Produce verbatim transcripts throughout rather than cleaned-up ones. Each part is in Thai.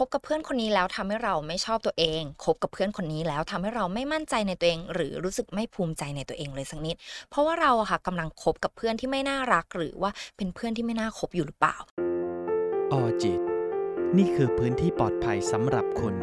บกับเพื่อนคนนี้แล้วทำให้เราไม่ชอบตัวเองคบกับเพื่อนคนนี้แล้วทำให้เราไม่มั่นใจในตัวเองหรือรู้สึกไม่ภูมิใจในตัวเองเลยสักนิดเพราะว่าเราอะค่ะกำลังคบกับเพื่อนที่ไม่น่ารักหรือว่าเป็นเพื่อนที่ไม่น่าคบอยู่หรือเปล่าออจิตนี่คือพื้นที่ปลอดภัยสำหรับคุณ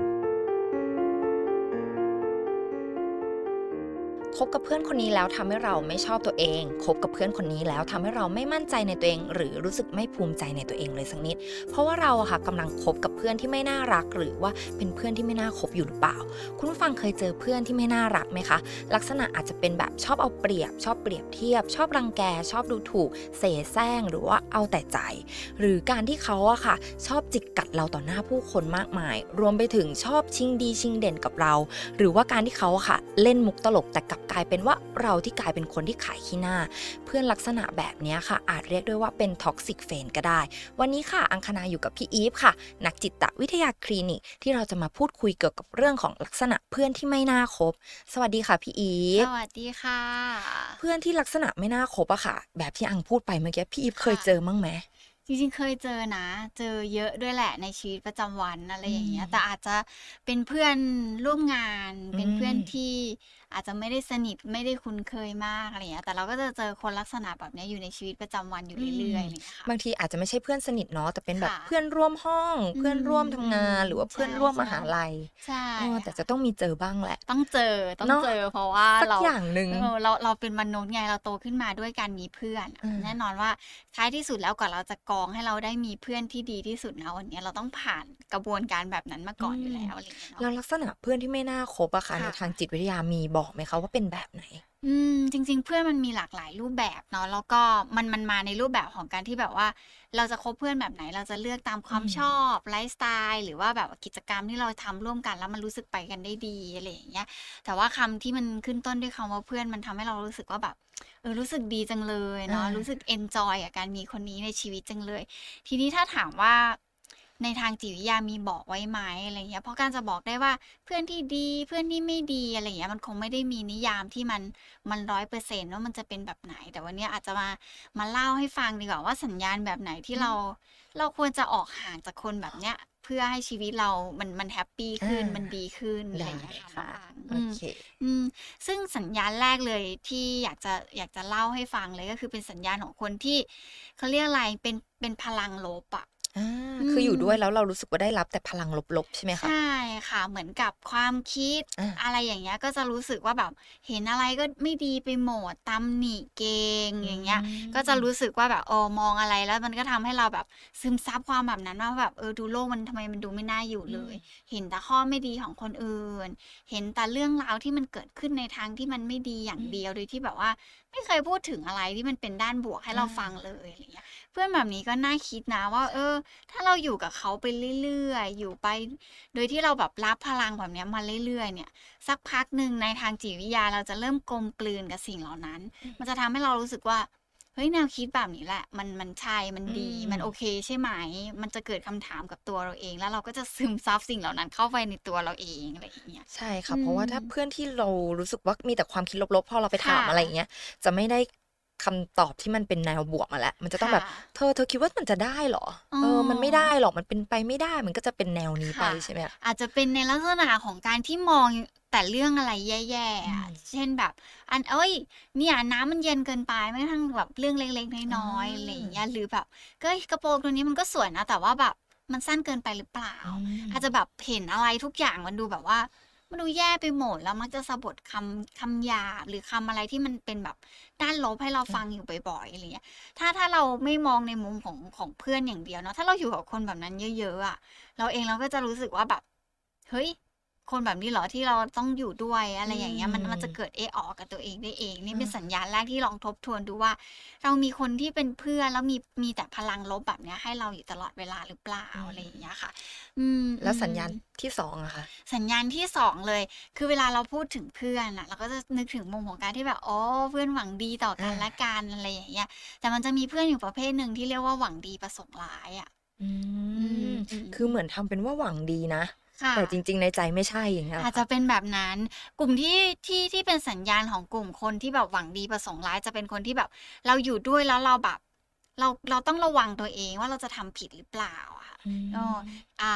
คบกับเพื่อนคนนี้แล้วทำให้เราไม่ชอบตัวเองคบกับเพื่อนคนนี้แล้วทำให้เราไม่มั่นใจในตัวเองหรือรู้สึกไม่ภูมิใจในตัวเองเลยสักนิดเพราะว่าเราอะค่ะกำลังคบกับเพื่อนที่ไม่น่ารักหรือว่าเป็นเพื่อนที่ไม่น่าคบอยู่หรือเปล่าคุณผู้ฟังเคยเจอเพื่อนที่ไม่น่ารักไหมคะลักษณะอาจจะเป็นแบบชอบเอาเปรียบชอบเปรียบเทียบชอบรังแกชอบดูถูกเสแสร้งหรือว่าเอาแต่ใจหรือการที่เขาอะค่ะชอบจิกกัดเราต่อหน้าผู้คนมากมายรวมไปถึงชอบชิงดีชิงเด่นกับเราหรือว่าการที่เขาอะค่ะเล่นมุกตลกแต่กลับกลายเป็นว่าเราที่กลายเป็นคนที่ขายขี้หน้าเพื่อนลักษณะแบบนี้ค่ะอาจเรียกด้วยว่าเป็นท็อกซิกเฟนก็ได้วันนี้ค่ะอังคณาอยู่กับพี่อีฟค่ะนักจิตวิทยาคลินิกที่เราจะมาพูดคุยเกี่ยวกับเรื่องของลักษณะเพื่อนที่ไม่น่าคบสวัสดีค่ะพี่อีฟสวัสดีค่ะเพื่อนที่ลักษณะไม่น่าคบอะค่ะแบบที่อังพูดไปเมื่อกี้พี่อีฟเคยเจอค่ะมั้งไหมจริงๆเคยเจอนะเจอเยอะด้วยแหละในชีวิตประจำวันอะไรอือย่างเงี้ยแต่มอาจจะเป็นเพื่อนร่วมงานอืเป็นเพื่อนมที่อาจจะไม่ได้สนิทไม่ได้คุ้นเคยมากอะไรอย่างเงี้ยแต่เราก็จะเจอคนลักษณะแบบเนี้ยอยู่ในชีวิตประจำวันอยู่อืมเรื่อยๆอะไรอย่างเงี้ยค่ะบางทีอาจจะไม่ใช่เพื่อนสนิทเนาะแต่เป็นแบบค่ะเพื่อนร่วมห้องอืเพื่อนร่วมทำงานหรือว่ามๆๆใเพื่อนร่วมมช่หาลัยๆใช่เออแต่จะต้องค่ะมีเจอบ้างแหละต้องเจอต้องเนาะเจอเพราะว่าสักเราอย่างหนึ่งเออเราเราเป็นมนุษย์ไงเราโตขึ้นมาด้วยการมีเพื่อนอะอาแน่นอนว่าท้ายที่สุดแล้วกว่าเราจะกรองให้เราได้มีเพื่อนที่ดีที่สุดณวันเนี้ยเราต้องผ่านกระบวนการแบบนั้นมาอืก่อนอยู่มแล้วอะไรอย่างเงี้ยเนาะแล้วลักษณะเพื่อนที่ไม่น่าคบอะค่ะในค่ะทางจิตวิทยามีบอกไหมคะว่าเป็นแบบไหนอืมจริงๆเพื่อนมันมีหลากหลายรูปแบบเนาะแล้วก็มันมันมาในรูปแบบของการที่แบบว่าเราจะคบเพื่อนแบบไหนเราจะเลือกตามคอืวามมชอบไลฟ์สไตล์หรือว่าแบบกิจกรรมที่เราทำร่วมกันแล้วมันรู้สึกไปกันได้ดีอะไรอย่างเงี้ยแต่ว่าคำที่มันขึ้นต้นด้วยคำว่าเพื่อนมันทำให้เรารู้สึกว่าแบบเออรู้สึกดีจังเลยอาเนาะรู้สึกเอนจอยกับการมีคนนี้ในชีวิตจังเลยทีนี้ถ้าถามว่าในทางจิตวิทยามีบอกไว้ไหมอะไรเงี้ยเพราะการจะบอกได้ว่าเพื่อนที่ดีเพื่อนที่ไม่ดีอะไรเงี้ยมันคงไม่ได้มีนิยามที่มัน มันร้อยเปอร์เซ็นต์ว่ามันจะเป็นแบบไหนแต่วันนี้อาจจะมามาเล่าให้ฟังดีกว่าว่าสัญญาณแบบไหนที่เราอืมเราควรจะออกห่างจากคนแบบเนี้ยเพื่อให้ชีวิตเรามันมันแฮปปีอาขึ้นมันดีขึ้นอะไรอได้ย่างเงี้ยค่ะน้องค่ะอังอืมโอเคอืมซึ่งสัญญาณแรกเลยที่อยากจะอยากจะเล่าให้ฟังเลยก็คือเป็นสัญญาณของคนที่เขาเรียกอะไรเป็นเป็นพลังลบอะอาอืคืออยู่มด้วยแล้วเรารู้สึกว่าได้รับแต่พลังลบๆใช่ไหมคะใช่ค่ะเหมือนกับความคิดอาอะไรอย่างเงี้ยก็จะรู้สึกว่าแบบเห็นอะไรก็ไม่ดีไปหมดตำหนิเก่งอือย่างเงี้ยก็จะรู้มสึกว่าแบบเออมองอะไรแล้วมันก็ทำให้เราแบบซึมซับความแบบนั้นว่าแบบเออดูโลกมันทำไมมันดูไม่น่าอยู่อืมเลยเห็นแต่ข้อไม่ดีของคนอื่นเห็นแต่เรื่องราวที่มันเกิดขึ้นในทางที่มันไม่ดีอย่างอืมเดียวโดยที่แบบว่าไม่เคยพูดถึงอะไรที่มันเป็นด้านบวกให้เราฟังอาเลยอะไรเงี้ยเพื่อนแบบนี้ก็น่าคิดนะว่าเออถ้าเราอยู่กับเขาไปเรื่อยๆอยู่ไป โดยที่เราแบบรับพลังแบบเนี้ยมาเรื่อยๆเนี่ยสักพักหนึ่งในทางจิตวิทยาเราจะเริ่มกลมกลืนกับสิ่งเหล่านั้นมันจะทำให้เรารู้สึกว่าเฮ้ยแนวคิดแบบนี้แหละมันมันใช่มันอืดีมมันโอเคใช่ไหมมันจะเกิดคำถามกับตัวเราเองแล้วเราก็จะซึมซับสิ่งเหล่านั้นเข้าไปในตัวเราเองอะไรอย่างเงี้ยใช่ค่ะอืเพราะว่ามถ้าเพื่อนที่เรารู้สึกว่ามีแต่ความคิดลบๆพอเราไปถาค่ะมอะไรอย่างเงี้ยจะไม่ได้คำตอบที่มันเป็นแนวบวกมาแล้วมันจะต้องแบค่ะบเธอเธอคิดว่ามันจะได้เหรอเอเออมันไม่ได้อหรอกมันเป็นไปไม่ได้มันก็จะเป็นแนวนี้ไปค่ะใช่ไหมคะอาจจะเป็นในลักษณะของการที่มองแต่เรื่องอะไรแย่ๆอะอืมเช่นแบบอันเฮ้ยเนี่ยน้ำมันเย็นเกินไปแม้กระทั่งแบบเรื่องเล็กๆอน้อยๆอะไรอย่างาเงี้ยหรือแบบเฮ้ยกระโปรงตัวนี้มันก็สวยนะแต่ว่าแบบมันสั้นเกินไปหรือเปล่าอืมอาจจะแบบเห็นอะไรทุกอย่างมันดูแบบว่ามันดูแย่ไปหมดแล้วมักจะสะบทคำคำหยาบหรือคำอะไรที่มันเป็นแบบด้านลบให้เราอืมฟังอยู่บ่อยๆอะไรเงี้ยถ้าถ้าเราไม่มองในมุมของของเพื่อนอย่างเดียวเนาะถ้าเราอยู่กับคนแบบนั้นเยอะๆอะ เราเองเราก็จะรู้สึกว่าแบบเฮ้ยคนแบบนี้เหรอที่เราต้องอยู่ด้วยอะไรอือย่างเงี้ยมันมันจะเกิมดเอะอ๋อกับตัวเองได้เองนี่เป็นสัญอาญาณแรกที่ลองทบทวนดูว่าเรามีคนที่เป็นเพื่อนแล้วมีมีแต่พลังลบแบบเนี้ยให้เราอยู่ตลอดเวลาหรือเปล่าอือะไรอย่างเงี้ยมค่ะอืแล้วสัญญาณมๆที่สองอะคะสัญญาณที่สองเลยคือเวลาเราพูดถึงเพื่อนน่ะเราก็จะนึกถึงมุมของการที่แบบอ๋อเพื่อนหวังดีต่อกัอานและกันอะไรอย่างเงี้ยแต่มันจะมีเพื่อนอยู่ประเภทหนึ่งที่เรียกว่าหวังดีประสงค์ร้ายอะอือืมมคือเหมือนๆทำเป็นว่าหวังดีนะค่ะแต่จริงๆในใจไม่ใช่อย่างเงี้ยเหรอคะอาจจะเป็นแบบนั้นกลุ่มที่ที่ที่เป็นสัญญาณของกลุ่มคนที่แบบหวังดีประสงค์ร้ายจะเป็นคนที่แบบเราอยู่ด้วยแล้วเราแบบเราเราต้องระวังตัวเองว่าเราจะทำผิดหรือเปล่าอะค่ะอืเออมอ่า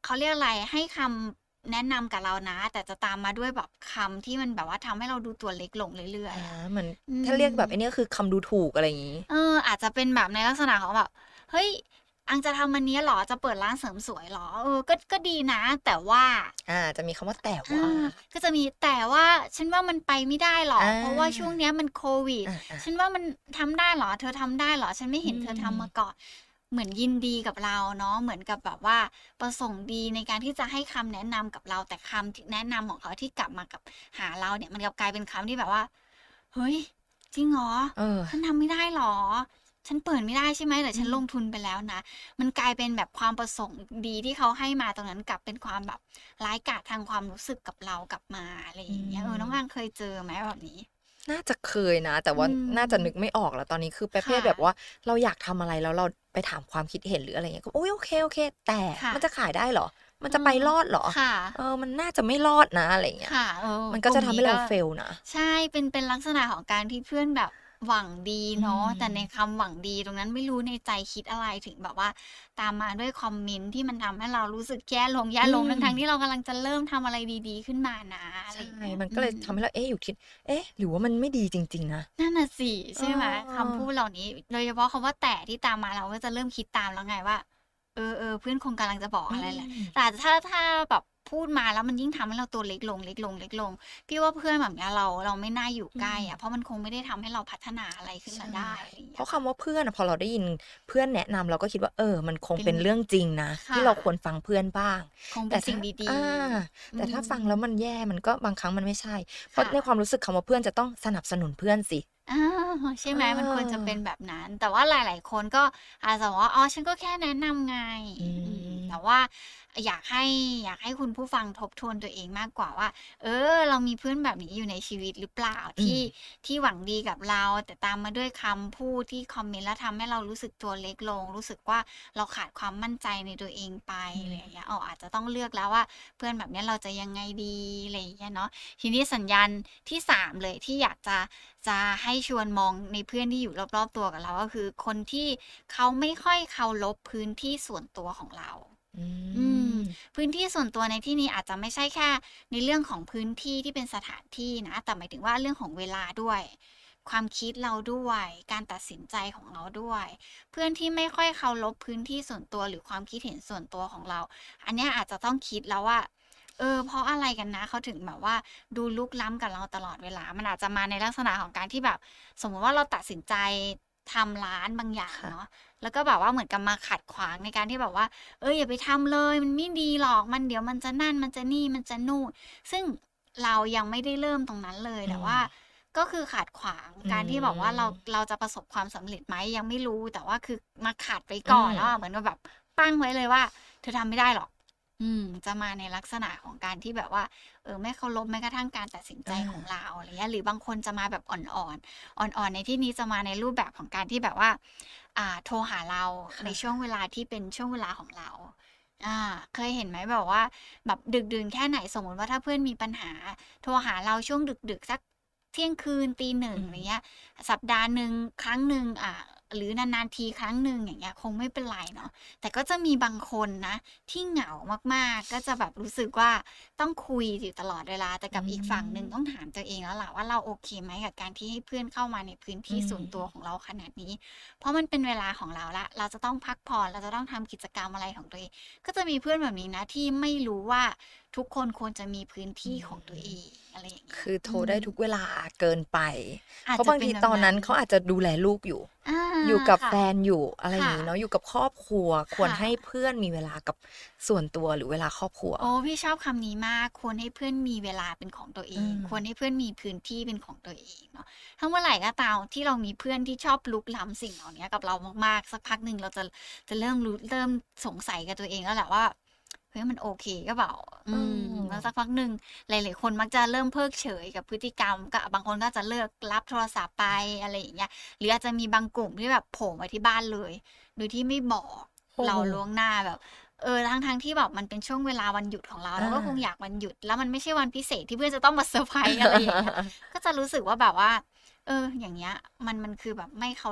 เขาเรียกอะไรให้คำแนะนำกับเรานะ แต่จะตามมาด้วยแบบคำที่มันแบบว่าทำให้เราดูตัวเล็กลงเรื่อยอาๆอะเหมือนอืถ้าเรียกแบบมไอ้เนี่ยคือคำดูถูกอะไรอย่างงี้เอออาจจะเป็นแบบในลักษณะของแบบเฮ้ยอังจะทำอันเนี้ยเหรอจะเปิดร้านเสริมสวยเหรอเออก็ก็ดีนะแต่ว่าอาจะมีคำว่าแต่อาว่าก็จะมีแต่ว่าฉันว่ามันไปไม่ได้หรออกเพราะว่าช่วงาเนี้ยมันโควิดอาฉันว่ามันทำได้เหรอเธอทำได้เหรอฉันไม่ๆอืเห็นเธอมทำมาก่อนเหมือนยินดีกับเราเนาะเหมือนกับแบบว่าประสงค์ดีในการที่จะให้คำแนะนำกับเราแต่คำที่แนะนำของเขาที่กลับมากับหาเราเนี่ยมันกลับกลายเป็นคำที่แบบว่าเฮ้ยจริงเหรอเออฉันทำไม่ได้เหรอ ฉันเปิดไม่ได้ใช่ไหมแต่ฉันอืมลงทุนไปแล้วนะมันกลายเป็นแบบความประสงค์ดีที่เขาให้มาตรงนั้นกลับเป็นความแบบร้ายกาจทางความรู้สึกกับเรากลับมาอะไรออืย่างเงี้ยเออน้องอังมเคยเจอไหมแบบนี้น่าจะเคยนะแต่อืว่าน่าจะนึกไม่มออกแล้วตอนนี้คือประเภทค่ะแบบว่าเราอยากทำอะไรแล้วเราไปถามความคิดเห็นหรืออะไรเงี้ยก็อุ๊ยโอเคๆแต่ค่ะมันจะขายได้เหรอมันเอจะไปอรอดเหรอค่ะเออมันน่าจะไม่รอดนะอะไรเงี้ยค่ะเออมันกลุ่ก็จะทำให้เรามนี้ก็ fail นะใช่เป็นเป็นลักษณะของการที่เพื่อนแบบหวังดีอืเนาะแต่ในมคำหวังดีตรงนั้นไม่รู้ในใจคิดอะไรถึงแบบว่าตามมาด้วยคอมเมนต์ที่มันทำให้เรารู้สึกแย่ลงแย่อืลงมทั้งๆที่เรากำลังจะเริ่มทำอะไรดีๆขึ้นมานะอะไรใช่อย่างเงี้ยมันก็อืเลยมทำให้เราเอ๊ะอยู่คิดเอ๊ะหรือว่ามันไม่ดีจริงๆนะนั่นน่ะสิเใช่ไหมออคำพูดเหล่านี้โดยเฉพาะคำว่าแต่ที่ตามมาเราก็จะเริ่มคิดตามแล้วไงว่าเออๆเพื่อนคงกำลังจะบอกอือะไรแหละมแต่อาจจะถ้าถ้าแบบพูดมาแล้วมันยิ่งทำให้เราตัวเล็กลงเล็กลงเล็กลงพี่ว่าเพื่อนแบบเนี้ยเราเราไม่น่าอยู่อืใกล้มอะเพราะมันคงไม่ได้ทำให้เราพัฒนาอะไรขึ้นมาใช่ได้อะไรอย่างเพราะเงี้ยค่ะคำว่าเพื่อนอะพอเราได้ยินเพื่อนแนะนำเราก็คิดว่าเออมันคงเป็นเป็นเรื่องจริงนะที่ค่ะเราควรฟังเพื่อนบ้างคงเป็แต่ถ้านสิ่งดีอาๆอืแต่ถ้าฟังมแล้วมันแย่มันก็บางครั้งมันไม่ใช่เพราะค่ะในความรู้สึกคำว่าเพื่อนจะต้องสนับสนุนเพื่อนสิอาใช่เไหมมันควรจะออเป็นแบบนั้นแต่ว่าหลายๆคนก็อาจจะบอกว่าอ๋อฉันก็แค่แนะนำไงอือืมแต่มว่าอยากให้อยากให้คุณผู้ฟังทบทวนตัวเองมากกว่าว่าเออเรามีเพื่อนแบบนี้อยู่ในชีวิตหรือเปล่าอืมที่ที่หวังดีกับเราแต่ตามมาด้วยคำพูดที่คอมเมนต์แล้วทำให้เรารู้สึกตัวเล็กลงรู้สึกว่าเราขาดความมั่นใจในตัวเองไปอืมอะไรอย่างเงี้ยอ้ออาจจะต้องเลือกแล้วว่าเพื่อนแบบเนี้ยเราจะยังไงดีอะไรอย่างเงี้ยเนาะ ทีนี้สัญญาณที่สามเลยที่อยากจะจะให้ชวนมองในเพื่อนที่อยู่รอบๆตัวกับเราก็คือคนที่เขาไม่ค่อยเคารพพื้นที่ส่วนตัวของเราอือืมมพื้นที่ส่วนตัวในที่นี้อาจจะไม่ใช่แค่ในเรื่องของพื้นที่ที่เป็นสถานที่นะแต่หมายถึงว่าเรื่องของเวลาด้วยความคิดเราด้วยการตัดสินใจของเราด้วยเพื่อนที่ไม่ค่อยเคารพพื้นที่ส่วนตัวหรือความคิดเห็นส่วนตัวของเราอันเนี้ยอาจจะต้องคิดแล้วว่า เออเพราะอะไรกันนะเขาถึงแบบว่าดูลุกล้ำกับเราตลอดเวลา มันอาจจะมาในลักษณะของการที่แบบสมมุติว่าเราตัดสินใจทำร้านบางอย่างค่ะเนาะแล้วก็แบบว่าเหมือนกับมาขัดขวางในการที่แบบว่าเอออย่าไปทำเลยมันไม่ดีหรอกมันเดี๋ยวมันจะนั่นมันจะนี่มันจะนู่นซึ่งเรายังไม่ได้เริ่มตรงนั้นเลยอืมแต่ว่าก็คือขัดขวางอืการที่บอกว่าเรามเราจะประสบความสำเร็จไหมยังไม่รู้แต่ว่าคือมาขัดไว้อืก่อนแล้วอะเหมืมอนกับแบบตั้งไว้เลยว่าเธอทำไม่ได้หรอก อืมจะมาในลักษณะของการที่แบบว่าเออไม่เคารพแม้กระทั่งการตัดสินใจอาของเราอะไรเงี้ยหรือบางคนจะมาแบบอ่อนๆอ่อนๆในที่นี้จะมาในรูปแบบของการที่แบบว่าอ่าโทรหาเราในช่วงค่ะเวลาที่เป็นช่วงเวลาของเราอาเคยเห็นไหมแบบว่าแบบดึกดื่นแค่ไหนสมมุติว่าถ้าเพื่อนมีปัญหาโทรหาเราช่วงดึกๆสักเที่ยงคืนตีหนึ่งอืมอะไรเงี้ยสัปดาห์หนึ่งครั้งหนึ่งอ่าหรือนานๆทีครั้งหนึ่งอย่างเงี้ยคงไม่เป็นไรเนาะ แต่ก็จะมีบางคนนะที่เหงามากๆก็จะแบบรู้สึกว่าต้องคุยอยู่ตลอดเวลาแต่อืกับอีกฝั่งหนึ่งต้องมถามตัวเองแล้วล่ะว่าเราโอเคไหมกับการที่ให้เพื่อนเข้ามาในพื้นอืที่ส่วนตัวมของเราขนาดนี้เพราะมันเป็นเวลาของเราแล้วเราจะต้องพักผ่อนเราจะต้องทำกิจกรรมอะไรของตัวเองก็จะมีเพื่อนแบบนี้นะที่ไม่รู้ว่าทุกคนควรจะมีพื้นอืที่ของตัวเอมงอะไรอย่างเงี้ยคือโทรอืมได้ทุกเวลาเกินไปอาจจะเป็นเพราะบางทีแบบนั้นตอนนั้นเขาอาจจะดูแลลูกอยู่อาอยู่กับแฟค่ะนอยู่อะไรอย่างค่ะงี้เนาะอยู่กับครอบครัวควรค่ะให้เพื่อนมีเวลากับส่วนตัวหรือเวลาครอบครัวโอ้พี่ชอบคำนี้มากควรให้เพื่อนมีเวลาเป็นของตัวเออืงมควรให้เพื่อนมีพื้นที่เป็นของตัวเองเนาะถ้าเมื่อไหร่ก็ตามที่เรามีเพื่อนที่ชอบรุกล้ำสิ่งเหล่านี้กับเรามากๆสักพักหนึ่งเราจะจะเริ่มรู้เริ่มสงสัยกับตัวเองแล้วแหละว่าเฮ้ยมันโอเคก็เปล่าเออืมแล้วสักอพักหนึ่งหลายๆคนมักจะเริ่มเพิกเฉยกับพฤติกรรมก็บางคนก็จะเลิกรับโทรศัพท์ไปอะไรอย่างเงี้ยหรืออาจจะมีบางกลุ่มที่แบบโผล่มาที่บ้านเลยโดยที่ไม่บอกโอ้โฮเราล่วงหน้าแบบ เออทั้งๆที่แบบมันเป็นช่วงเวลาวันหยุดของเราเราอาก็คงอยากวันหยุดแล้วมันไม่ใช่วันพิเศษที่เพื่อนจะต้องมาเซอร์ไพรส์อะไรอย่างเงี้ย ก็จะรู้สึกว่าแบบว่าเอออย่างเงี้ยมันมันคือแบบไม่เคารพ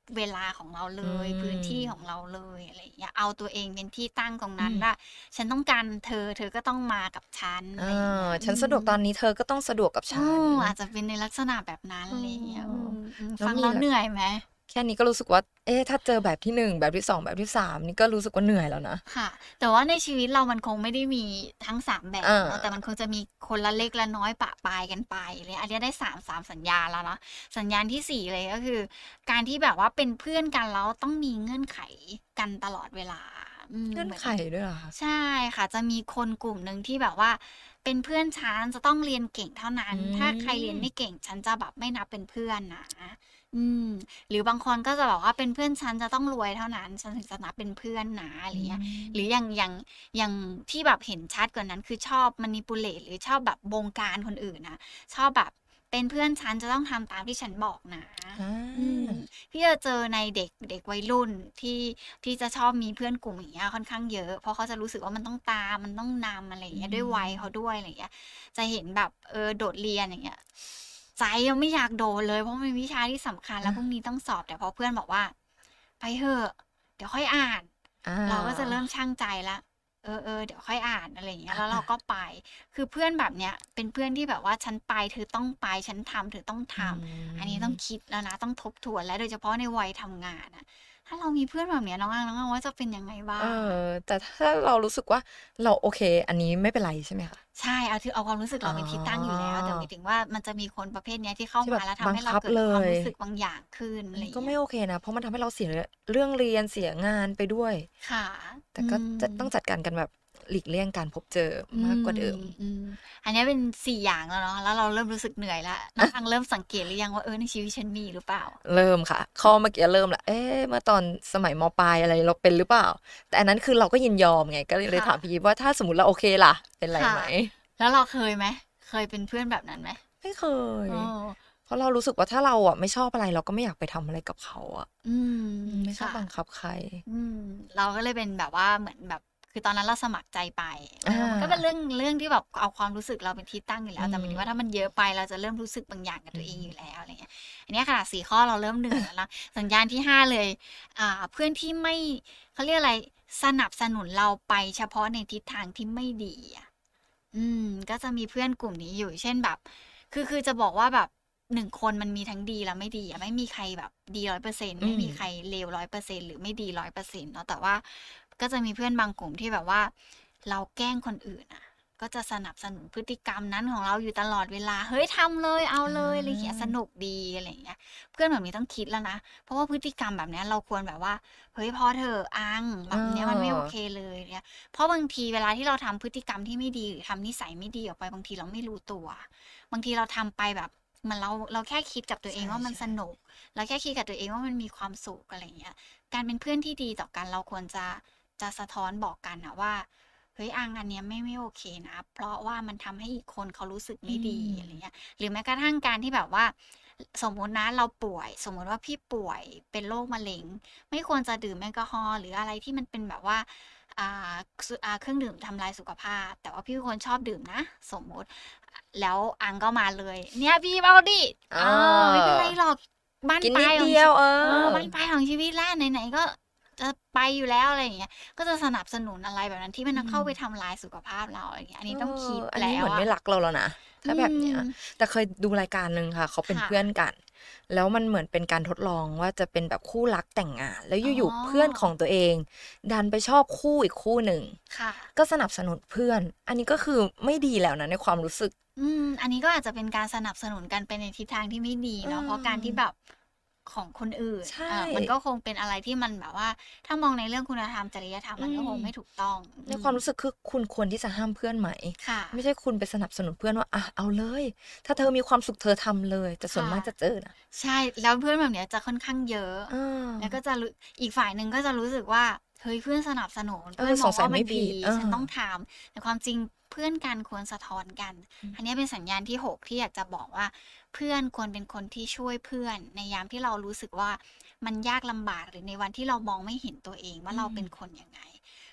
เวลาของเราเลอืย พื้นที่ขมองเราเลย อะไรอย่างเงี้ย เอาตัวเองเป็นที่ตั้งตรงอืนั้นมว่า ฉันต้องการเธอ เธอก็ต้องมากับฉันเออะไรอย่างเงี้อยฉอืนสะดวกตอนมนี้ เธอก็ต้องสะดวกกับเอฉันอ อาจจะเป็นในลักษณะแบบนั้นอ๋ออะไรอย่างเงี้ย อืมแล้ๆ ฟวังมีแล้วลเหนื่อยไหม? แค่นี้ก็รู้สึกว่า เอ๊ะ ถ้าเจอแบบที่ หนึ่ง แบบที่ สอง แบบที่ สาม นี่ก็รู้สึกว่าเหนื่อยแล้วนะค่ะ แต่ว่าในชีวิตเรามันคงไม่ได้มีทั้ง สาม แบเออบเนาะ แต่มันคงจะมีคนละเล็กละน้อยปะปายกันไป อะไรเงี้ย อันเนี้ยได้ สาม สาม สัญญาณแล้วเนาะ สัญญาณที่ สี่ เลย ก็คือการที่แบบว่าเป็นเพื่อนกัน แล้วต้องมีเงื่อนไขกันตลอดเวลา อืมเงื่อเนหมือนไขด้วยเหรอคะ? ใช่ค่ะ จะมีคนกลุ่มหนึ่งที่แบบว่าเป็นเพื่อนฉัน จะต้องเรียนเก่งเท่านั้อืน ถ้าใครเรียนไม่มเก่ง ฉันจะแบบไม่นับเป็นเพื่อนนะ อืม หรือบางคนก็จะบอกว่า เป็นเพื่อนฉันจะต้องรวยเท่านั้น ฉันถึงจะนับเป็นเพื่อนนะ อะอไรืเงี้ย หรือมอย่าง อย่าง อย่างที่แบบเห็นชัดกว่านั้น คือชอบ manipulate หรือชอบแบบบงการคนอื่นน่ะ ชอบแบบเป็นเพื่อนฉันจะต้องทำตามที่ฉันบอกนะออืมาพี่จะเจอในเด็ก เด็กวัยรุ่นที่ ที่จะชอบมีเพื่อนกลุ่มอย่างเงี้ยค่อนข้างเยอะ เพราะเขาจะรู้สึกว่ามันต้องตาม มันต้องนำ อะไรอย่อาืงเงี้ย ด้วยวัยเขามด้วย อะไรอย่างเงี้ย จะเห็นแบบ เออ โดดเรียน อย่างเงี้ย ใจอะไม่อยากโดดเลย เพราะมันเป็นวิชาที่สำคัญ แอล้วพรุ่งานี้ต้องสอบ แต่พอเพื่อนบอกว่า "ไปเถอะ เดี๋ยวค่อยอ่าน" อเราก็จะเริ่ามชั่งใจแล้ว เออ ๆ เดี๋ยวค่อยอ่าน อะไรอย่างเงี้อย แล้วเราาก็ไป คือเพื่อนแบบเนี้ยเป็นเพื่อนที่แบบว่า ฉันไปเธอต้องไป ฉันทำเธอต้องทอืำ อันนี้ต้องมคิดแล้วนะ ต้องทบทวนแล้ว โดยเฉพาะในวัยทำงานอะ ถ้าเรามีเพื่อนแบบเนี้ยน้องอัง น้องอังว่าจะเป็นยังไงบ้เอางอะ? อ แต่ถ้าเรารู้สึกว่า เราโอเค อันนี้ไม่เป็นไรใช่ไหมคะ? ใช่ เอา คือเอาความรู้สึกอเ๋ราเป็นที่ตั้งอยู่แล้ว แต่หมาอยถึงว่า มันจะมีคนประเภทเนี้ยที่เข้าที่แมบาบแล้วทบำัใงคห้เราับเลเกิดความยรู้สึกบางอย่างขึ้นออัะไรนนีอ้ย่าก็งเงไีม้่ยโอเคนะ เพราะมันทำให้เราเสียเรื่องเรียน เสียงานไปด้วยค่ะแต่อืก็จะต้องมจัดการกันแบบหลีกเลี่ยงการพบเจออืมากกว่าเดิมม ๆ อันเนี้ยเป็น สี่ อย่างแล้วเนาะ แล้วเราเริ่มรู้สึกเหนื่อยแล้ว น้องอังเริ่มสังเกตหรือยังว่า เออ ในชีวิตฉันมีหรือเปล่า? เริ่มค่ะ ข้อเมื่อกี้เริ่มแล้ว เอ๊ะ เมื่อตอนสมัย ม.ปลายอะไรเราเป็นหรือเปล่า? แต่อันนั้นคือเราก็ยินยอมไง ก็เลยคเลย่ถามะพี่อีฟว่า ถ้าสมมุติเราโอเคล่ะ เป็นไรค่ะไหม? แล้วเราเคยไหม? เคยเป็นเพื่อนแบบนั้นไหม? ไม่เคยเออเพราะเรารู้สึกว่า ถ้าเราอะไม่ชอบอะไร เราก็ไม่อยากไปทำอะไรกับเขาอะอืมอืม ไม่ชคอบ่ะบังคับใครอืม เราก็เลยเป็นแบบว่าเหมือนแบบ คือตอนนั้นเราสมัครใจไป เอออ มันก็เป็นาเรื่อง เรื่องที่แบบเอาความรู้สึกเราเป็นที่ตั้งอยู่แลอ้ืว แต่หมายถึงว่า ถ้ามมันเยอะไปเราจะเริ่มรู้สึกบางอย่างกับอืตัวเองอยู่มแล้ว อะไรเงี้ย อันเนี้ยขนาด สี่ ข้อเราเริ่มเหนื่อยแล้วนะ สัญญาณที่ ห้า เลย อ่า เพื่อนที่ไม่ เขาเรียกอะไร สนับสนุนเราไปเฉพาะในทิศทางที่ไม่ดีอะ อืม ก็จะมีเพื่อนกลุ่มนี้อยู่ เช่นแบบ คือ คือจะบอกว่าแบบ หนึ่ง คนมันมีทั้งดีและไม่ดีอะ ไม่มีใครแบบดี ร้อยเปอร์เซ็นต์อืไม่มีใครมเลว ร้อยเปอร์เซ็นต์ หรือไม่ดี ร้อยเปอร์เซ็นต์ เนาะ แต่ว่าก็จะมีเพื่อนบางกลุ่มที่แบบว่า เราแกล้งคนอื่นอะ ก็จะสนับสนุนพฤติกรรมนั้นของเราอยู่ตลอดเวลา "เฮ้ย ทำเลย เอาอเลย" อะไรเงี้ย "สานุกดี" อะไรอย่างเงี้ย เพื่อนแบบนี้ต้องคิดแล้วนะ เพราะว่าพฤติกรรมแบบเนี้ยเราควรแบบว่า "เฮ้ย พอเถอะอัง แบเบเนี้ยมันไม่โอเคออเลย" เงี้ย เพราะบางทีเวลาที่เราทำพฤติกรรมที่ไม่ดี หรือทำนิสัยไม่ดีออกไป บางทีเราไม่รู้ตัว บางทีเราทำไปแบบ เหมือนเรา เราแค่คิดกับตัวใเองว่ามันช่ ๆสนุก เราแค่คิดกับตัวเองว่ามันมีความสุข อะไรอย่างเงี้ย การเป็นเพื่อนที่ดีต่อกัน เราควรจะ จะสะท้อนบอกกันน่ะว่า "เฮ้ย อัง อันเนี้ยไม่ ไม่โอเคนะ เพราะว่ามันทำให้อีกคนเขารู้สึกอไืม่ดี" อะไรมเงี้ย หรือแม้กระทั่งการที่แบบว่า สมมุตินะเราป่วย สมมุติว่าพี่ป่วยเป็นโรคมะเร็ง ไม่ควรจะดื่มแอลกอฮอล์ หรืออะไรที่มันเป็นแบบว่า อ่า สุ อ่า เครื่องดื่มทำลายสุขภาพ แต่ว่าพี่เป็นคนชอบดื่มนะ สมมุติ แล้วอังก็มาเลย "เนี่ย บีม เอาดิ" เอเออ "ไม่เป็นไรอหรอก บั้นกินนปลิาดเดยของีชยี " ว เอเออ "บั้นอปลายของชีวิตแล้ว ไหน ๆ ก็จะไปอยู่แล้ว" อะไรอย่างเงี้ย ก็จะสนับสนุนอะไรแบบนั้นที่มันอืจะเข้าไปมทำลายสุขภาพเรา อะไรอย่างเงี้ย อันเนอี้ต้องคิอดอันแลนี้้เหมวือนอไม่ะรักเราแล้วนะอถื้าแบบเนี้ยมแต่เคยดูรายการหนึ่งค่ะ เขาเป็คน่เพื่อะนกัน แล้วมันเหมือนเป็นการทดลองว่า จะเป็นแบบคู่รักแต่งงาน แล้วอ๋อยู่ ๆ เพื่อนขอองตัวเองดันไปชอบคู่อีกคู่หนึ่งค่ะก็สนับสนุนเพื่อน อันนี้ก็คือไม่ดีแล้วนะในความรู้สึกอืม อันนี้ก็อาจจะเป็นการสนับสนุนกันไปในทิศทางที่ไม่ดีเเนาะ เพราะการที่ออแบบ ของคนอื่นใชอ่า มันก็่คงเป็นอะไรที่มันแบบว่า ถ้ามองในเรื่องคุณธรรม จริยธรรมอืมันก็คงมไม่ถูกต้อง อในืความรู้มสึก คือคุณควรที่จะห้ามเพื่อนไหมค่ไม่ะใช่คุณไปสนับสนุนเพื่อนว่า "อะ เอาเลย ถ้าเธอมีความสุขเธอทำเลย" แต่คส่วน่ะมากจะเจอนะใช่ แล้วเพื่อนแบบเนี้ยจะค่อนข้างเยอะเแล้วก็ออจะรู้ อีกฝ่ายหนึ่งก็จะรู้สึกว่า "เฮ้ย เพื่อนสนับสนุนเเออพื่อนมองวสงสั่ยาไมมั่นดผิีด เอฉันต้องอทำ" แต่ความจริงเพื่อนกันควรสะท้อนกันอืมอันเนี้ยเป็นสัญญาณที่ หก ที่อยากจะบอกว่า เพื่อนควรเป็นคนที่ช่วยเพื่อนในยามที่เรารู้สึกว่า มันยากลำบาก หรือในวันที่เรามองไม่เห็นตัวเองว่อืา เราเป็นมคนยังไง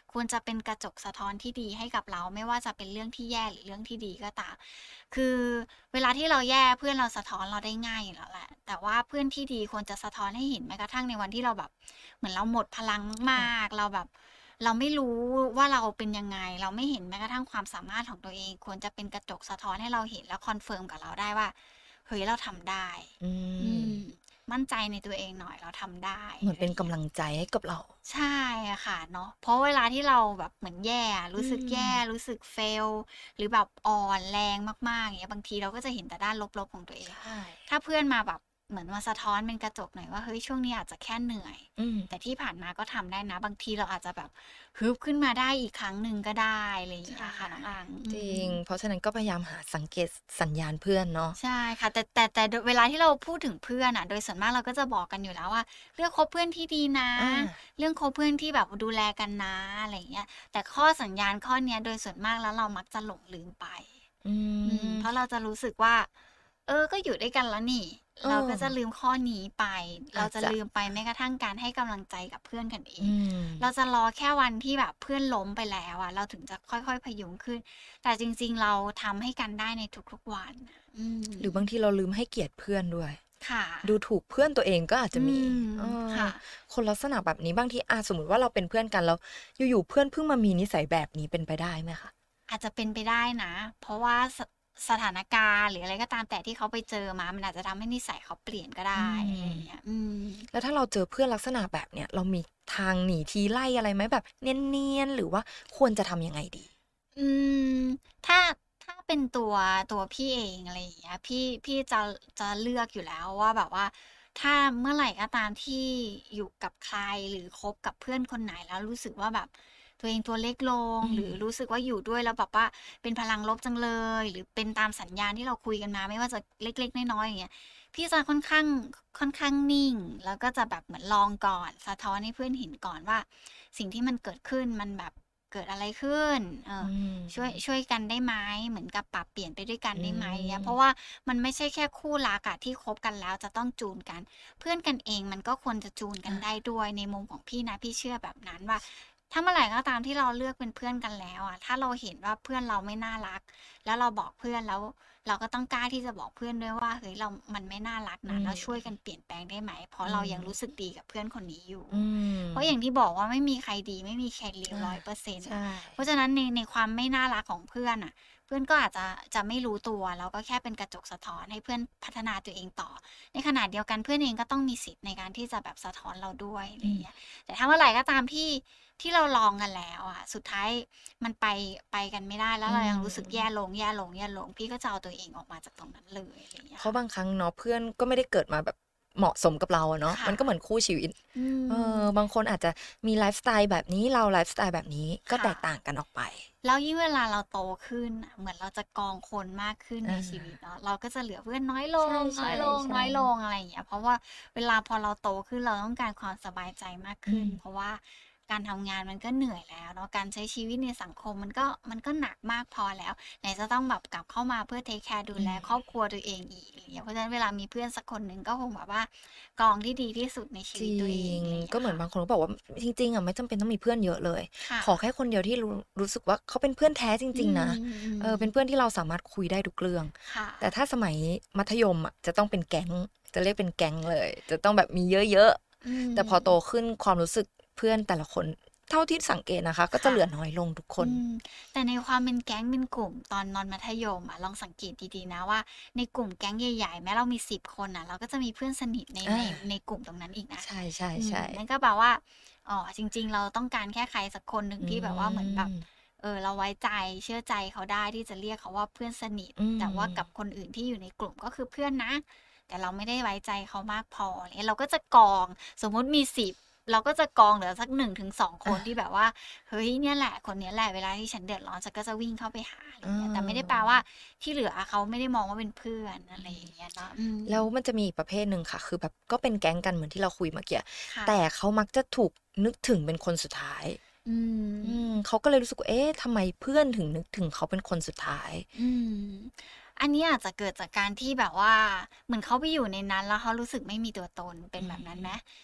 ควรจะเป็นกระจกสะท้อนที่ดีให้กับเรา ไม่ว่าจะเป็นเรื่องที่แย่หรือเรื่องที่ดีก็ตาม คือเวลาที่เราแย่เพื่อนเราสะท้อนเราได้ง่ายอยู่แล้วแหละ แต่ว่าเพื่อนที่ดีควรจะสะท้อนให้เห็นแม้กระทั่งในวันที่เราแบบ เหมือนเราหมดพลังมากๆ เราแบบ เราไม่รู้ว่าเราเป็นยังไง เราไม่เห็นแม้กระทั่งความสามารถของตัวเอง ควรจะเป็นกระจกสะท้อนให้เราเห็นแล้วคอนเฟิร์มกับเราได้ว่า เฮ้ย เราทำได้อือืมม มั่นใจในตัวเองหน่อย เราทำได้เหมืออะนไรเป็อน ย่างกำเงี้ยลังใจให้กับเราใช่อะค่ะ เนาะ เพราะเวลาที่เราแบบเหมือนแย่อะอรู้สึกแย่อืมรู้สึก fail หรือแบบอ่อนแรงมาก ๆ อย่างเงี้ย บางทีเราก็จะเห็นแต่ด้านลบ ๆ ของตัวเอใชง่ถ้าเพื่อนมาแบบเหมือนมาสะท้อนเป็นกระจกหน่อยว่า เฮ้ย ช่วงนี้อาจจะแค่เหนื่อยอืมแต่ที่ผ่านมาก็ทำได้นะ บางทีเราอาจจะแบบฮึบขึ้นมาได้อีกครั้งหนึ่งก็ได้ อะไรอย่างใชเงี้ยค่ะน้องอัง อืจริงมเพราะฉะนั้นก็พยายามหาสังเกตสัญญาณเพื่อนเนาะใช่ค่ะ แต่ แต่ แต่ ด เวลาที่เราพูดถึงเพื่อนอะ โดยส่วนมากเราก็จะบอกกันอยู่แล้วว่า เลือกคบเพื่อนที่ดีนะอาเรื่องคบเพื่อนที่แบบดูแลกันนะ อะไรอย่างเงี้ย แต่ข้อสัญญาณข้อเนี้ยโดยส่วนมากแล้วเรามักจะหลงลืมไปอือืม เพมราะเราจะรู้สึกว่า เออ ก็อยู่ด้วยกันแล้วนี่เออเราก็จะลืมข้อนี้ไป เราจะอาจจะลืมไปแม้กระทั่งการให้กำลังใจกับเพื่อนกันเออืงมเราจะรอแค่วันที่แบบเพื่อนล้มไปแล้วอะ เราถึงจะค่อย ๆ พยุงขึ้น แต่จริง ๆ เราทำให้กันได้ในทุก ๆ วัน อืมหรือบางทีเราลืมให้เกียรติเพื่อนด้วยค่ะดูถูกเพื่อนตัวเองก็อาจอจะืมีมเออค่ะคนลักษณะแบบนี้บางที อา สมมุติว่าเราเป็นเพื่อนกัน แล้วอยู่ ๆ เพื่อนเพิ่งมามีนิสัยแบบนี้ เป็นไปได้ไหมคะ? อาจจะเป็นไปได้นะ เพราะว่า ส สถานการณ์ หรืออะไรก็ตามแต่ที่เขาไปเจอมา มันอาจจะทำให้นิสัยเขาเปลี่ยนก็ไดอื้อะไรอย่มางเงี้ย อืมแล้วถ้าเราเจอเพื่อนลักษณะแบบเนี้ย เรามีทางหนีทีไล่อะไรไหม? แบบเนียน ๆ หรือว่าควรจะทำยังไงดี? อืม ถ้า ถ้าเป็นตัว ตัวพี่เอง อะไรอย่างเงี้ย พี่ พี่จะ จะเลือกอยู่แล้วว่าแบบว่า ถ้าเมื่อไหร่ก็ตามที่อยู่กับใคร หรือคบกับเพื่อนคนไหนแล้วรู้สึกว่าแบบตัวเองตัวเล็กลงอืหรือมรู้สึกว่าอยู่ด้วยแล้วแบบว่าเป็นพลังลบจังเลย หรือเป็นตามสัญญาณที่เราคุยกันมา ไม่ว่าจะเล็ก ๆ น้อย ๆ อย่างเงี้ย พี่จะค่อนข้าง ค่อนข้างนิ่ง แล้วก็จะแบบเหมือนลองก่อน สะท้อนให้เพื่อนเห็นก่อนว่า สิ่งที่มันเกิดขึ้นมันแบบเกิดอะไรขึ้น เออือ ช่วยมช่วยกันได้ไหม? เหมือนกับปรับเปลี่ยนไปด้วยกันอืได้ไหม? อย่างเงี้ย เพราะมว่ามันไม่ใช่แค่คู่รักอะที่คบกันแล้วจะต้องจูนกัน เพื่อนกันเองมันก็ควรจะจูนกันอาได้ด้วย ในมุมของพี่นะ พี่เชื่อแบบนั้นว่า ถ้าเมื่อไหร่ก็ตามที่เราเลือกเป็นเพื่อนกันแล้วอะ ถ้าเราเห็นว่าเพื่อนเราไม่น่ารัก แล้วเราบอกเพื่อน แล้วเราก็ต้องกล้าที่จะบอกเพื่อนด้วยว่า เฮ้ย เรา มันไม่น่ารักอืนะ เราช่วยกันมเปลี่ยนแปลงได้ไหม? เพราอืะเรายังรู้สึกมดีกับเพื่อนคนนี้อยู่อืเพราะอย่ามงที่บอกว่าไม่มีใครดี ไม่มีใครเลวอาร้อยเปอร์เซ็นต์ใช่เพราะฉะนั้นใน ในความไม่น่ารักของเพื่อนน่ะ เพื่อนก็อาจจะ จะไม่รู้ตัว เราก็แค่เป็นกระจกสะท้อนให้เพื่อนพัฒนาตัวเองต่อ ในขณะเดียวกันเพื่อนเองก็ต้องมีสิทธิ์ในการที่จะแบบสะท้อนเราด้วย อะไรออืย่างมเงี้ย แต่ถ้าเมื่อไหร่ก็ตามที่ ที่เราลองกันแล้วอะ สุดท้ายมันไป ไปกันไม่ได้ แล้อืวเรายังรู้สึกแย่มลง แย่ลง แย่ลง พี่ก็จะเอาตัวเองออกมาจากตรงนั้นเลย อะไรอย่างเงี้เยพรคาะ่ะบางครั้งเนาะ เพื่อนก็ไม่ได้เกิดมาแบบเหมาะสมกับเราอะเนาะค่มัะนก็เหมือนคู่ชีวิตอืเออมบางคนอาจจะมีไลฟ์สไตล์แบบนี้ เราไลฟ์สไตล์แบบนี้ ก็ค่แตะกต่างกันออกไปแล้วยิ่งเวลาเราโตขึ้นน่ะ เหมือนเราจะกรองคนมากขึ้นอในาชีวิตเนาะ เราก็จะเหลือเพื่อนน้อยลใงชน้อยลง่น้อยลๆ ๆง อะไรอย่างเงี้ย เพราะว่าเวลาพอเราโตขึ้นเราต้องการความสบายใจมากอืขึ้นมเพราะว่าการทำงานมันก็เหนื่อยแล้วเนาะ การใช้ชีวิตในสังคมมันก็ มันก็หนักมากพอแล้ว ไหนจะต้องแบบกลับเข้ามาเพื่อเทกแคร์ดูอืแลครอบมครัวตัวเองอีก อะไรอย่างเงี้ย เพราะฉะนั้นเวลามีเพื่อนสักคนหนึ่งก็คงแบบว่ากรองที่ดีที่สุดในชีจรวิตตัวเอิงงอะไรอย่างเงกี้็ยคเหมือ่นะบางคนก็บอกว่า จริง ๆ อะไม่จำเป็นต้องมีเพื่อนเยอะเลยค่ขอะแค่คนเดียวที่รู้ รู้สึกว่าเขาเป็นเพื่อนแท้จอืริง ๆ นะ เออ เป็นมเพื่อนที่เราสามารถคุยได้ทุกเรื่องค่แต่ะถ้าสมัยมัธยมอะจะต้องเป็นแก๊ง จะเรียกเป็นแก๊งเลย จะต้องแบบมีเยอะอืๆ แต่พอโตมขึ้นความรู้สึกเพื่อนแต่ละคน เท่าที่สังเกตนะคะ ก็คจะ่เหะลือน้อยลงทุกคอืนม แต่ในความเป็นแก๊งเป็นกลุ่มตอน นอนมัธยมอะ ลองสังเกตดี ๆ นะว่า ในกลุ่มแก๊งใหญ่ ๆ แม้เรามี สิบ คนน่ะ เราก็จะมีเพื่อนสนิทในอในาในกลุ่มตรงนั้นอีกนะใอืชม่ ๆ ๆนั่นก็แปลว่า อ๋อ จริง ๆ เราต้องการแค่ใครสักคนหนึ่งอืที่แบบว่าเหมือนแบบมเออ เราไว้ใจ เชื่อใจเขาได้ที่จะเรียกเขาว่าเพื่อนสนิทอืแต่ว่ากับมคนอื่นที่อยู่ในกลุ่มก็คือเพื่อนนะ แต่เราไม่ได้ไว้ใจเขามากพอ อย่างเงี้ย เราก็จะกรอง สมมุติมี สิบ เราก็จะกรองเหลือสัก หนึ่งถึงสอง คอนที่าแบบว่า เฮ้ย เนี่ยแหละ คนเนี้ยแหละ เวลาที่ฉันเดือดร้อนฉันก็จะวิ่งเข้าไปหา อะไรเอย่างเงี้ย แต่ไม่ได้แปลว่าออที่เหลืออะเขาไม่ได้มองว่าเป็นเพื่อน อะอไืรอมย่างเงี้ยเนาะ อืแล้วมมันจะมีอีกประเภทหนึ่งค่ะ คือแบบก็เป็นแก๊งกันเหมือนที่เราคุยเมื่อกี้ค่แต่ะเขามักจะถูกนึกถึงเป็นคนสุดท้ายอือืมม เขาก็เลยรู้สึกว่า เอ๊ะ ทำไมเพื่อนถึงนึกถึงเขาเป็นคนสุดท้าย? อืม อันนี้อาจจะเกิดจากการที่แบบว่า เหมือนเขาไปอยู่ในนั้น แล้วเขารู้สึกไม่มีตัวตน เป็อนืแบบนั้นไหม? ม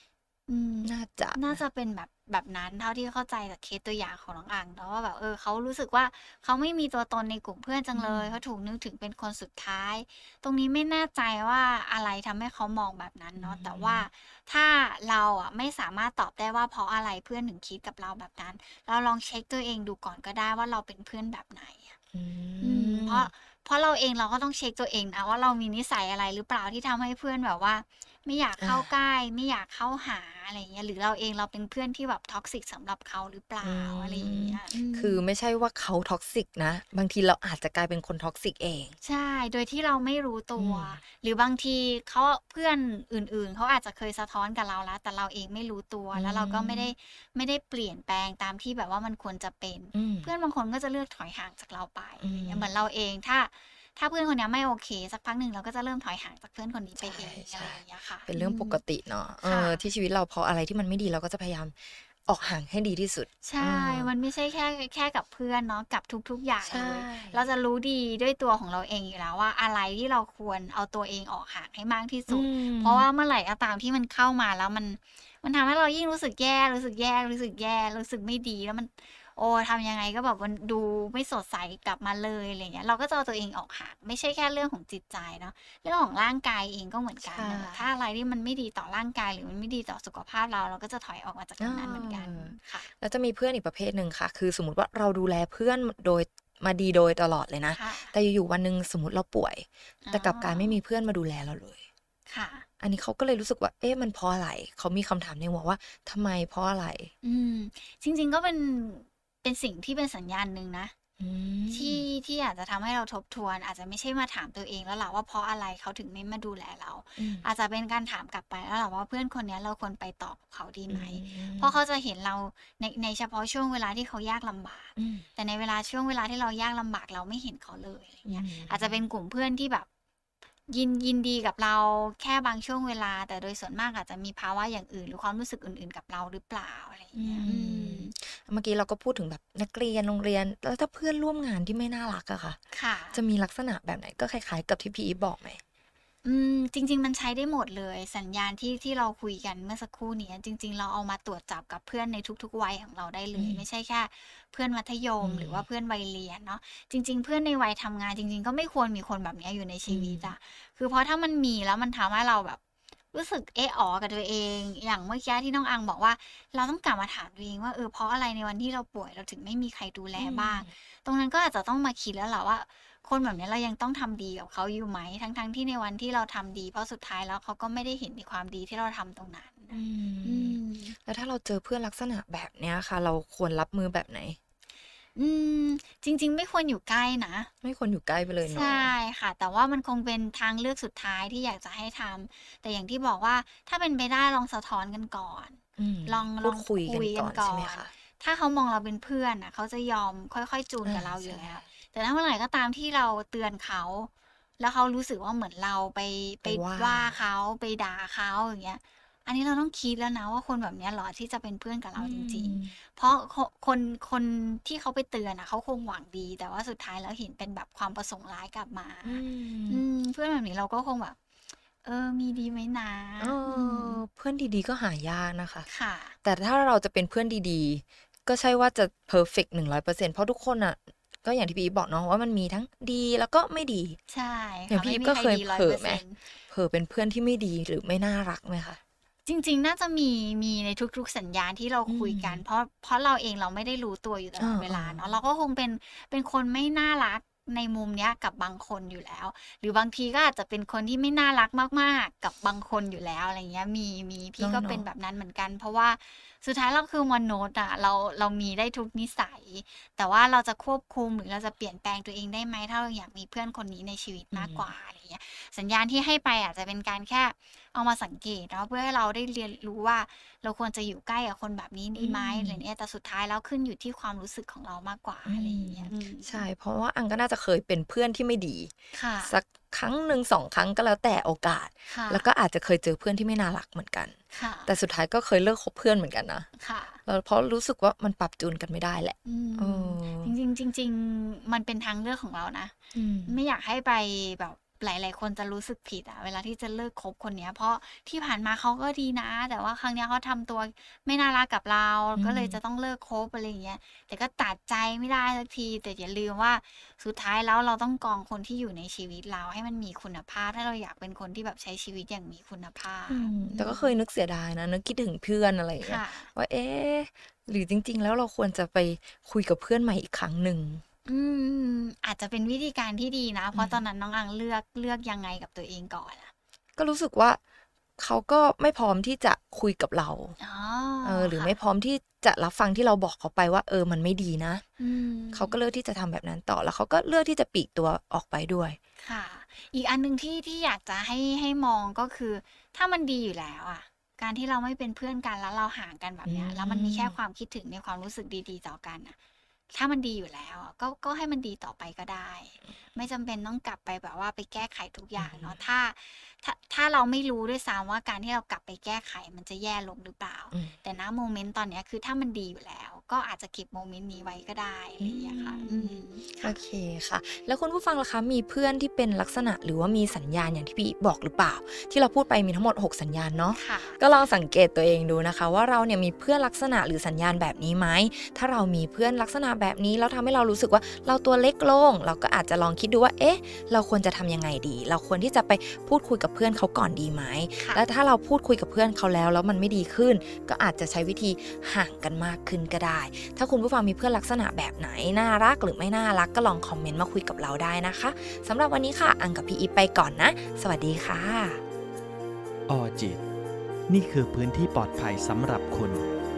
อืมน่าจะน่านะจะเป็นแบบ แบบนั้น เท่าที่เข้าใจจากเคสตัวอย่างของน้องอังเนาะว่าแบบ เออ เขารู้สึกว่า เขาไม่มีตัวตนในกลุ่มเพื่อนจัอืงเลย เขามถูกนึกถึงเป็นคนสุดท้าย ตรงนี้ไม่แน่ใจว่าอะไรทำให้เขามองแบบนั้นอืเนาะ แต่ว่ามถ้าเราอะไม่สามารถตอบได้ว่า เพราะอะไรเพื่อนถึงคิดกับเราแบบนั้น เราลองเช็กตัวเองดูก่อนก็ได้ว่า เราเป็นเพื่อนแบบไหนอะอือืม เพราะมเพราะเราเองเราก็ต้องเช็กตัวเองนะว่า เรามีนิสัยอะไรหรือเปล่าที่ทำให้เพื่อนแบบว่าไม่อยากอเข้าาใกล้ ไม่อยากเข้าหา อะไรอย่างเงี้ย หรือเราเองเราเป็นเพื่อนที่แบบ toxic สำหรับเขาหรือเปลอื่า อะไรอย่างมเงี้ย อืคือมไม่ใช่ว่าเขา toxic นะ บางทีเราอาจจะกลายเป็นคน toxic เองใช่ โดยที่เราไม่รู้ตอัืวมหรือบางทีเขา เพื่อนอื่น ๆ เขาอาจจะเคยสะท้อนกับเราแล้ว แต่เราเองไม่รู้ตัวอืแล้วเราก็ไม่ได้มไม่ได้เปลี่ยนแปลงตามที่แบบว่ามันควรจะเป็นอืมเพื่อนบางคนก็จะเลือกถอยห่างจากเราไปอือะไรอย่างเงี้ย เหมืมอนเราเอง ถ้า ถ้าเพื่อนคนเนี้ยไม่โอเค สักพักหนึ่งเราก็จะเริ่มถอยห่างจากเพื่อนคนนี้ใไปเองชอะไร่อย่างเงี้ยค่ะๆ เป็นอเรืื่องปมกติเนาะ เอค่อะที่ชีวิตเราพออะไรที่มันไม่ดี เราก็จะพยายามออกห่างให้ดีที่สุดใชเอ่อมันไม่ใช่แค่ แค่กับเพื่อนเนาะ กับทุก ๆ อย่างใชเลย เรา่จะรู้ดีด้วยตัวของเราเองอยู่แล้วว่า อะไรที่เราควรเอาตัวเองออกห่างให้มากที่อสืุด เพราะว่ามเมื่อไหร่ก็ตามที่มันเข้ามาแล้วมัน มันทำให้เรายิ่งรู้สึกแย่ รู้สึกแย่ รู้สึกแย่ รู้สึกไม่ดี แล้วมัน โอ้ ทำยังไงก็แบบมันดูไม่สดใสกลับมาเลย อะไรอย่างเงี้ย เราก็จะเอาตัวเองออกห่าง ไม่ใช่แค่เรื่องของจิตใจเนาะ เรื่องของร่างกายเองก็เหมือนใชกันน่ะ ถ้า่อะไรที่มันไม่ดีต่อร่างกาย หรือมันไม่ดีต่อสุขภาพเรา เราก็จะถอยออกมาจากเอตรงนั้นเหมือนกันอค่ะแล้วจะมีเพื่อนอีกประเภทหนึ่งค่ะ คือสมมุติว่าเราดูแลเพื่อน ม โดย มาดีโดยตลอดเลยนะค่ะแต่อยู่ ๆ วันหนึ่งสมมุติเราป่วยอ๋แต่กลับกลายไม่มีอเพื่อนมาดูแลเราเลยค่ะอันนี้เขาก็เลยรู้สึกว่า เอ๊ะ มันเพราะอะไร? เขามีคำถามในหัวว่า ทำไม? เพราะอะไร? อืม จริง ๆ ก็เป็น เป็นสิ่งที่เป็นสัญญาณหนึ่งนะอืที่มที่อาจจะทำให้เราทบทวน อาจจะไม่ใช่มาถามตัวเองแล้วล่ะว่า เพราะอะไรเขาถึงไม่มาดูแลเราอืมอาจจะเป็นการถามกลับไปแล้วล่ะว่า เพื่อนคนเนี้ยเราควรไปต่อกับเขาดีอืไหม? เพราะเขามจะเห็นเราใน ในเฉพาะช่วงเวลาที่เขายากลำบากอืมแต่ในเวลา ช่วงเวลาที่เรายากลำบากเราไม่เห็นเขาเลย อะไรอืเงี้ย อาจจะเป็นมกลุ่มเพื่อนที่แบบ ยิน ยินดีกับเราแค่บางช่วงเวลา แต่โดยส่วนมากอาจจะมีภาวะอย่างอื่น หรือความรู้สึกอื่น ๆ กับเราหรือเปล่า? อะไรอย่าองืเงี้ย อืมมเมื่อกี้เราก็พูดถึงแบบนักเรียน โรงเรียน แล้วถ้าเพื่อนร่วมงานที่ไม่น่ารักอะค่ะค่จะะมีลักษณะแบบไหน? ก็คล้าย ๆ กับที่พี่อีฟบอกไหม? อืม จริง ๆ มันใช้ได้หมดเลย สัญญาณที่ ที่เราคุยกันเมื่อสักครู่เนี้ย จริง ๆ เราเอามาตรวจจับกับเพื่อนในทุก ๆ วัยของเราได้เลอืย ไมม่ใช่แค่เพื่อนมัธยอืม หรือว่ามเพื่อนวัยเรียนเนาะ จริง ๆ เพื่อนในวัยทำงาน จริง ๆ ก็ไม่ควรมีคนแบบเนี้ยอยู่ในอชืีวิตอมะ คือเพราะถ้ามันมีแล้วมันทำให้เราแบบรู้สึกเอ๊ะอ๋อกับตัวเอง อย่างเมื่อกี้ที่น้องอังบอกว่า เราต้องกลับมาถามตัวเองว่า เออ เพราะอะไรในวันที่เราป่วยเราถึงไม่มีใครดูแลอืบ้างมตรงนั้นก็อาจจะต้องมาคิดแล้วล่ะว่า คนแบบเนี้ยเรายังต้องทำดีกับเขาอยู่ไหม? ทั้ง ๆ ที่ในวันที่เราทำดี เพราะสุดท้ายแล้วเขาก็ไม่ได้เห็นในความดีที่เราทำตรงนั้นอนื่ะ อืมมแล้วถ้าเราเจอเพื่อนลักษณะแบบเนี้ยค่ะ เราควรรับมือแบบไหน? อืม จริง ๆ ไม่ควรอยู่ใกล้นะไม่ควรอยู่ใกล้ไปเลยใเชนาะ่ค่ะ แต่ว่ามันคงเป็นทางเลือกสุดท้ายที่อยากจะให้ทำ แต่อย่างที่บอกว่า ถ้าเป็นไปได้ลองสะท้อนกันก่อนอืมลองพลูองดคุยคกุันยกกั่นอนกใช่่ไอหมนคะ? ถ้าเขามองเราเป็นเพื่อนน่ะ เขาจะยอมค่อย ๆ จูนอากับเราอใยชู่แล้ว่แต่ถ้าเมื่อไหร่ก็ตามที่เราเตือนเขา แล้วเขารู้สึกว่า เหมือนเราไปไไปปว่าว่าเขา ไปด่าเขา อย่างเงี้ย อันนี้เราต้องคิดแล้วนะว่า คนแบบเนี้ยเหรอที่จะเป็นเพื่อนกับอเืราจริงมๆ เพราะ ค คน คนที่เขาไปเตือนน่ะ เขาคงหวังดี แต่ว่าสุดท้ายแล้วเห็นเป็นแบบความประสงค์ร้ายกลับมาอือืมม เพื่อนแบบนี้เราก็คงแบบ เออ มีดีไหมนะ? เออือมเพื่อนดี ๆ ก็หายากนะคะค่ะแต่ถ้าเราจะเป็นเพื่อนดี ๆ ก็ใช่ว่าจะเพอร์เฟกต์ หนึ่งร้อยเปอร์เซ็นต์ เพราะทุกคนน่ะ ก็อย่างที่พี่อีฟบอกเนาะว่า มันมีทั้งดีแล้วก็ไม่ดีใช่อยค่า่งะพีไ่มอ่ีฟมีก็ใครดีเคยเรผ้อยลอไหม? เปอร์เซ็นต์เผลอเป็นเพื่อนที่ไม่ดีหรือไม่น่ารักไหมคะ? จริง ๆ น่าจะมี มีในทุก ๆ สัญญาณที่เราอืคุยกันมเพราะ เพราะเราเองเราไม่ได้รู้ตัวอยู่ตเอลอดเวลาอเนาะ เๆราก็คงเป็น เป็นคนไม่น่ารักในมุมเนี้ยกับบางคนอยู่แล้ว หรือบางทีก็อาจจะเป็นคนที่ไม่น่ารักมาก ๆ กับบางคนอยู่แล้ว อะไรเงี้ย มี มี พเี่ก็นเปา็นะ ๆแบบนั้นเหมือนกัน เพราะว่าสุดท้ายเราคือมนุษย์อะ เรา เรามีได้ทุกนิสัย แต่ว่าเราจะควบคุม หรือเราจะเปลี่ยนแปลงตัวเองได้ไหม ถ้าเราอยากมีเพื่อนคนนี้ในชีวิตอืมากกว่ามอะไรเงี้ย สัญญาณที่ให้ไปอาจจะเป็นการแค่เอามาสังเกตเนาะ เพื่อให้เราได้เรียนรู้ว่า เราควรจะอยู่ใกล้กับคนแบบนี้อดีืไหม อะไรมเนี้ย แต่สุดท้ายแล้วขึ้นอยู่ที่ความรู้สึกของเรามากกว่าอือะไรอย่ามงเงี้ย อืใช่มเพราะว่าอังก็น่าจะเคยเป็นเพื่อนที่ไม่ดีค่สัะกครั้งหนึ่ง สอง ครั้ง ก็แล้วแต่โอกาสค่แล้วะก็อาจจะเคยเจอเพื่อนที่ไม่น่ารักเหมือนกันค่แต่ะสุดท้ายก็เคยเลิกคบเพื่อนเหมือนกันนะค่ะเออ เพราะรู้สึกว่า มันปรับจูนกันไม่ได้แหละอืเอมอจริง ๆ จริง ๆ มันเป็นทางเลือกของเรานะอืมไม่อยากให้ไปแบบหลาย ๆ คนจะรู้สึกผิดอะเวลาที่จะเลิกคบคนเนี้ย เพราะที่ผ่านมาเขาก็ดีนะ แต่ว่าครั้งเนี้ยเขาทำตัวไม่น่ารักกับเราอืก็เลยมจะต้องเลิกคบ อะไรอย่างเงี้ย แต่ก็ตัดใจไม่ได้สักที แต่อย่าลืมว่าสุดท้ายแล้วเราต้องกรองคนที่อยู่ในชีวิตเราให้มันมีคุณภาพ ถ้าเราอยากเป็นคนที่แบบใช้ชีวิตอย่างมีคุณภาอืพมอืแต่ก็เคยมนึกเสียดายนะ นึกคิดถึงเพื่อน อะไรอย่างคเงี้่ยะว่า เอ๊ะ หรือจริง ๆ แล้วเราควรจะไปคุยกับเพื่อนใหม่อีกครั้งหนึ่งอืม อาจจะเป็นวิธีการที่ดีนะ เพอืราะตอนมนั้นน้องอังเลือก เลือกยังไงกับตัวเองก่อนอะ? ก็รู้สึกว่า เขาก็ไม่พร้อมที่จะคุยกับเราอ๋อเออ หรือค่ไม่ะพร้อมที่จะรับฟังที่เราบอกเขาไปว่า เออ มันไม่ดีนะอืเขาก็มเลือกที่จะทำแบบนั้นต่อ แล้วเขาก็เลือกที่จะปลีกตัวออกไปด้วยค่ะ อีกอันหนึ่งที่ ที่อยากจะให้ ให้มองก็คือ ถ้ามันดีอยู่แล้วอะ การที่เราไม่เป็นเพื่อนกัน แล้วเราห่างกันแบอืบเนี้ย แล้วมันมีแค่มความคิดถึงในความรู้สึกดี ๆ ต่อกันน่ะ ถ้ามันดีอยู่แล้วอะ ก็ ก็ให้มันดีต่อไปก็ได้ ไม่จำเป็นต้องกลับไปแบบว่าไปแก้ไขทุกออยื่างเนาะมถ้า ถ้า ถ้าเราไม่รู้ด้วยซ้ำว่า การที่เรากลับไปแก้ไขมันจะแย่ลงหรือเปล่าอืมแต่ ณ โมเมนต์ตอนเนี้ย คือถ้ามันดีอยู่แล้ว ก็อาจจะเก็บโมเมนต์นี้ไว้ก็ได้ อะอไืรอย่างเงี้ยค่ะ อืมม คโอ่ะเคค่ะ แล้วคุณผู้ฟังล่ะคะ มีเพื่อนที่เป็นลักษณะ หรือว่ามีสัญญาณอย่างที่พี่บอกหรือเปล่า? ที่เราพูดไปมีทั้งหมด หก สัญญาณเนาะค่ะก็ลองสังเกตตัวเองดูนะคะว่า เราเนี่ยมีเพื่อนลักษณะหรือสัญญาณแบบนี้ไหม? ถ้าเรามีเพื่อนลักษณะแบบนี้ แล้วทำให้เรารู้สึกว่า เราตัวเล็กลง เราก็อาจจะลองคิดดูว่า เอ๊ะ เราควรจะทำยังไงดี? เราควรที่จะไปพูดคุยกับเพื่อนเขาก่อนดีไหม? ค่ะแล้วถ้าเราพูดคุยกับเพื่อนเขาแล้ว แล้วมันไม่ดีขึ้น ก็อาจจะใช้วิธีห่างกันมากขึ้นก็ได้ ถ้าคุณผู้ฟังมีเพื่อนลักษณะแบบไหน น่ารักหรือไม่น่ารัก ก็ลองคอมเมนต์มาคุยกับเราได้นะคะ สำหรับวันนี้ค่ะ อังกับพี่อีฟไปก่อนนะ สวัสดีค่ะออจิต นี่คือพื้นที่ปลอดภัยสำหรับคุณ